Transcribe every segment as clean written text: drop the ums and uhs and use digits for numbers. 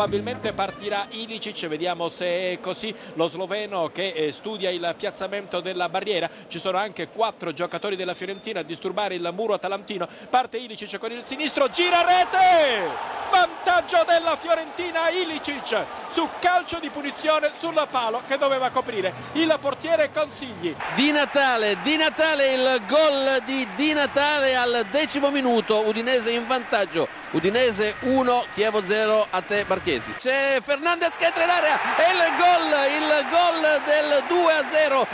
probabilmente partirà Ilicic, vediamo se è così. Lo sloveno che studia il piazzamento della barriera. Ci sono anche 4 giocatori della Fiorentina a disturbare il muro atalantino. Parte Ilicic con il sinistro, gira rete, vantaggio della Fiorentina. Ilicic su calcio di punizione sul palo che doveva coprire il portiere Consigli. Di Natale, il gol di Di Natale al 10° minuto, Udinese in vantaggio, Udinese 1, Chievo 0. A te Marchesi. C'è Fernandez che entra in area e il gol del 2-0,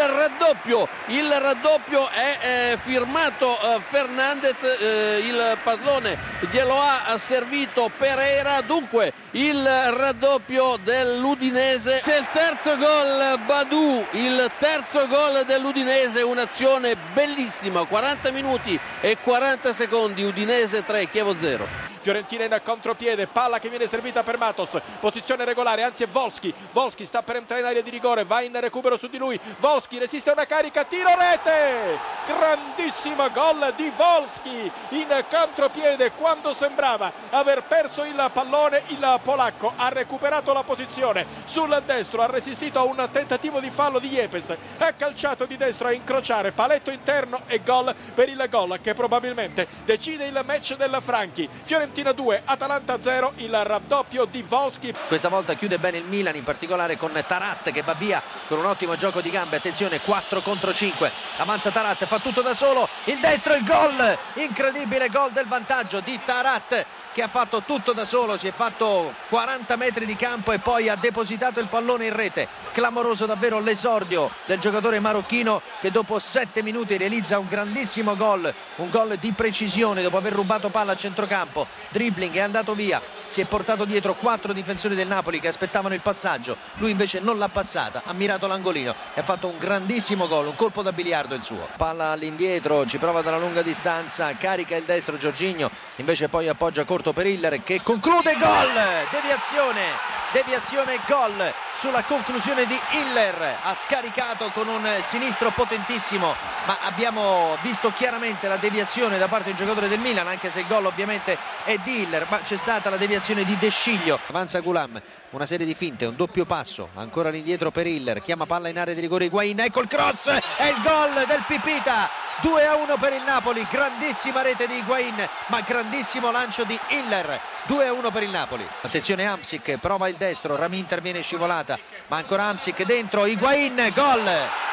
il raddoppio è firmato Fernandez, il pallone glielo ha servito Pereira, dunque il raddoppio dell'Udinese. C'è il terzo gol, Badou, il terzo gol dell'Udinese, un'azione bellissima, 40 minuti e 40 secondi, Udinese 3, Chievo 0. Fiorentina in contropiede, palla che viene servita per Matos, posizione regolare, anzi è Volschi sta per entrare in area di rigore, va in recupero su di lui, Volschi resiste a una carica, tiro rete, grandissimo gol di Volschi in contropiede quando sembrava aver perso il pallone. Il polacco ha recuperato la posizione sul destro, ha resistito a un tentativo di fallo di Yepes, ha calciato di destro a incrociare, paletto interno e gol per il gol che probabilmente decide il match del Franchi. Fiorentina 2, Atalanta 0, il raddoppio di Volschi. Questa volta chiude bene il Milan, in particolare con Tarat che va via con un ottimo gioco di gambe. Attenzione, 4 contro 5, avanza Tarat, fa tutto da solo, il destro, il gol, incredibile gol del vantaggio di Tarat che ha fatto tutto da solo, si è fatto 40 metri di campo e poi ha depositato il pallone in rete. Clamoroso davvero l'esordio del giocatore marocchino che dopo 7 minuti realizza un grandissimo gol, un gol di precisione dopo aver rubato palla a centrocampo, dribbling, è andato via, si è portato dietro 4 difensori del Napoli che aspettavano il passaggio, lui invece non l'ha passata, ha mirato l'angolino e ha fatto un grandissimo gol, un colpo da biliardo il suo. Palla all'indietro, ci prova dalla lunga distanza, carica il destro Jorginho, invece poi appoggia corto per Hiller che conclude, gol, deviazione e gol sulla conclusione di Hiller, ha scaricato con un sinistro potentissimo, ma abbiamo visto chiaramente la deviazione da parte del giocatore del Milan, anche se il gol ovviamente è di Hiller, ma c'è stata la deviazione di De Sciglio. Avanza Gulam, una serie di finte, un doppio passo, ancora all'indietro per Hiller, chiama palla in area di rigore Higuain, ecco il cross e il gol del Pipita. 2-1 per il Napoli, grandissima rete di Higuain, ma grandissimo lancio di Hiller. 2-1 per il Napoli. Attenzione Hamsik, prova il destro, Rami interviene scivolata, ma ancora Hamsik dentro, Higuain, gol.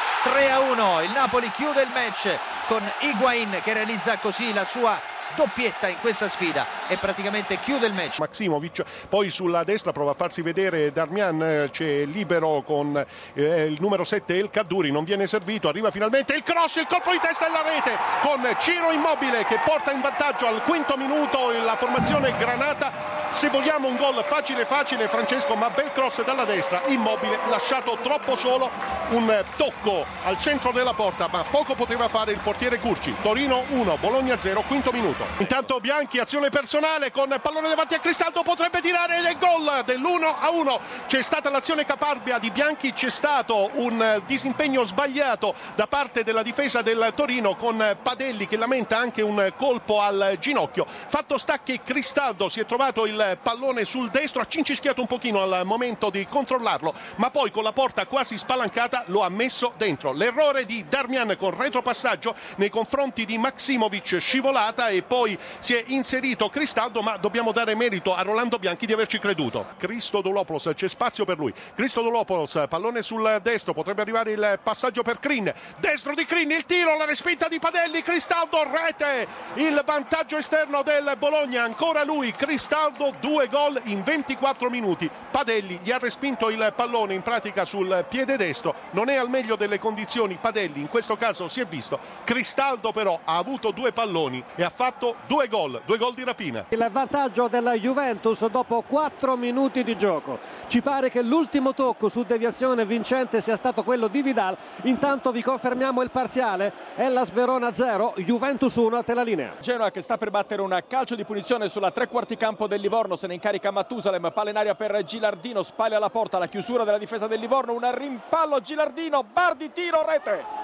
3-1, il Napoli chiude il match con Higuain che realizza così la sua doppietta in questa sfida e praticamente chiude il match. Maksimovic poi sulla destra prova a farsi vedere Darmian, c'è libero con il numero 7 El Kaddouri, non viene servito, arriva finalmente il cross, il colpo di testa alla rete con Ciro Immobile che porta in vantaggio al 5° minuto la formazione granata. Se vogliamo un gol facile Francesco, ma bel cross dalla destra, Immobile lasciato troppo solo, un tocco al centro della porta ma poco poteva fare il portiere Curci. Torino 1, Bologna 0, 5° minuto. Intanto Bianchi, azione personale con pallone davanti a Cristaldo, potrebbe tirare il gol dell'1-1. C'è stata l'azione caparbia di Bianchi, c'è stato un disimpegno sbagliato da parte della difesa del Torino con Padelli che lamenta anche un colpo al ginocchio. Fatto sta che Cristaldo si è trovato il pallone sul destro, ha cincischiato un pochino al momento di controllarlo, ma poi con la porta quasi spalancata lo ha messo dentro. L'errore di Darmian con retropassaggio nei confronti di Maksimovic, scivolata, e poi si è inserito Cristaldo, ma dobbiamo dare merito a Rolando Bianchi di averci creduto. Christodoulos, c'è spazio per lui, Christodoulos, pallone sul destro, potrebbe arrivare il passaggio per Crin, destro di Crin, il tiro, la respinta di Padelli, Cristaldo, rete, il vantaggio esterno del Bologna, ancora lui, Cristaldo, 2 gol in 24 minuti. Padelli gli ha respinto il pallone in pratica sul piede destro, non è al meglio delle condizioni Padelli, in questo caso si è visto. Cristaldo però ha avuto 2 palloni e ha fatto 2 gol di rapina. Il vantaggio della Juventus dopo 4 minuti di gioco. Ci pare che l'ultimo tocco su deviazione vincente sia stato quello di Vidal. Intanto vi confermiamo il parziale, Hellas Verona 0, Juventus 1, a te la linea. Genoa che sta per battere un calcio di punizione sulla 3/4 campo del Livorno, se ne incarica Mattusalem, palla in aria per Gilardino, spalla alla porta, la chiusura della difesa del Livorno, un rimpallo Gilardino, Bardi, tiro, rete.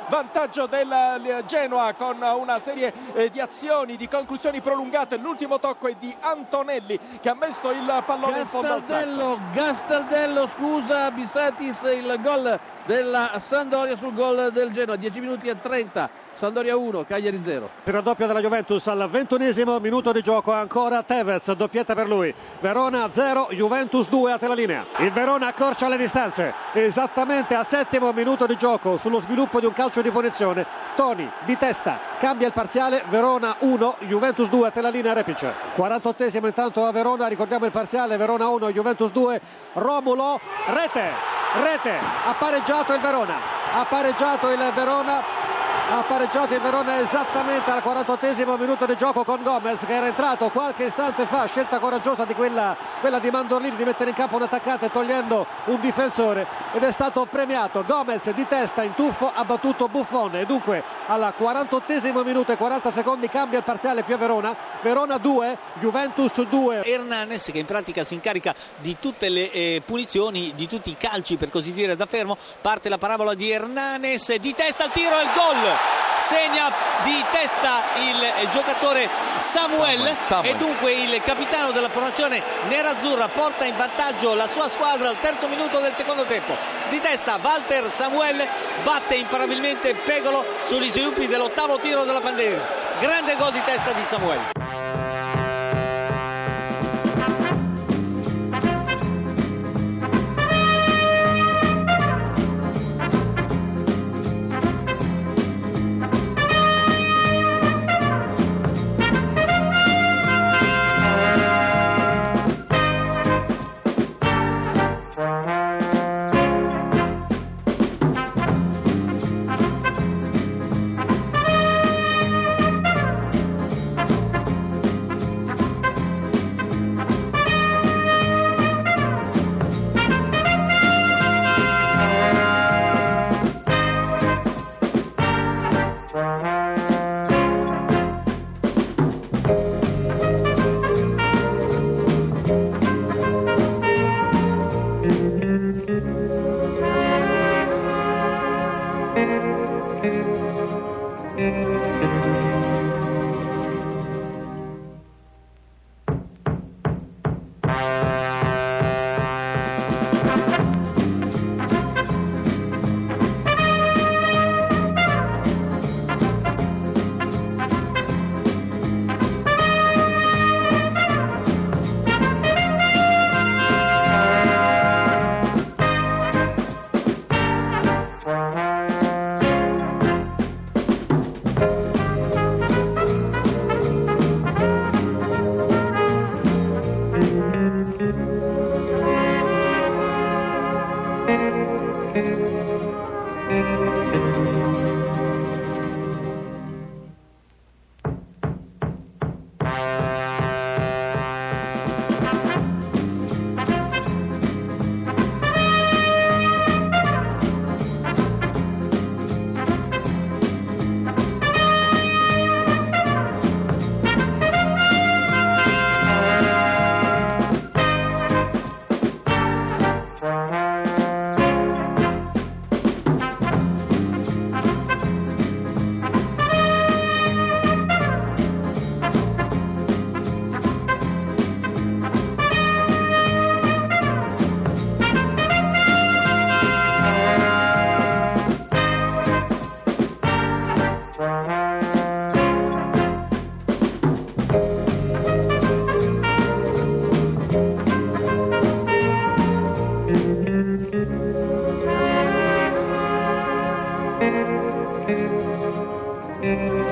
vantaggio del Genoa con una serie di azioni, di conclusioni prolungate. L'ultimo tocco è di Antonelli che ha messo il pallone in fondo al sacco. Gastaldello, scusa Bisatis, il gol della Sampdoria sul gol del Genoa. 10 minuti e 30, Sampdoria 1, Cagliari 0. Il raddoppio della Juventus al 21esimo minuto di gioco, ancora Tevez, doppietta per lui. Verona 0, Juventus 2 a te la linea. Il Verona accorcia le distanze, esattamente al 7° minuto di gioco, sullo sviluppo di un calcio di punizione. Toni di testa, cambia il parziale, Verona 1, Juventus 2 a te la linea, Repic. 48esimo intanto a Verona, ricordiamo il parziale, Verona 1, Juventus 2, Romulo, rete, ha pareggiato il Verona, ha pareggiato il Verona esattamente al 48esimo minuto di gioco con Gomez, che era entrato qualche istante fa, scelta coraggiosa di quella di Mandorlini di mettere in campo un attaccante togliendo un difensore, ed è stato premiato. Gomez di testa in tuffo ha battuto Buffon, e dunque al 48esimo minuto e 40 secondi cambia il parziale qui a Verona 2, Juventus 2. Hernanes, che in pratica si incarica di tutte le punizioni, di tutti i calci per così dire da fermo. Parte la parabola di Hernanes, di testa al tiro e il gol. Segna di testa il giocatore Samuel. E dunque il capitano della formazione nerazzurra porta in vantaggio la sua squadra al terzo minuto del secondo tempo. Di testa Walter Samuel batte imparabilmente Pegolo sugli sviluppi dell'8° tiro della Pandemia. Grande gol di testa di Samuel. Thank you.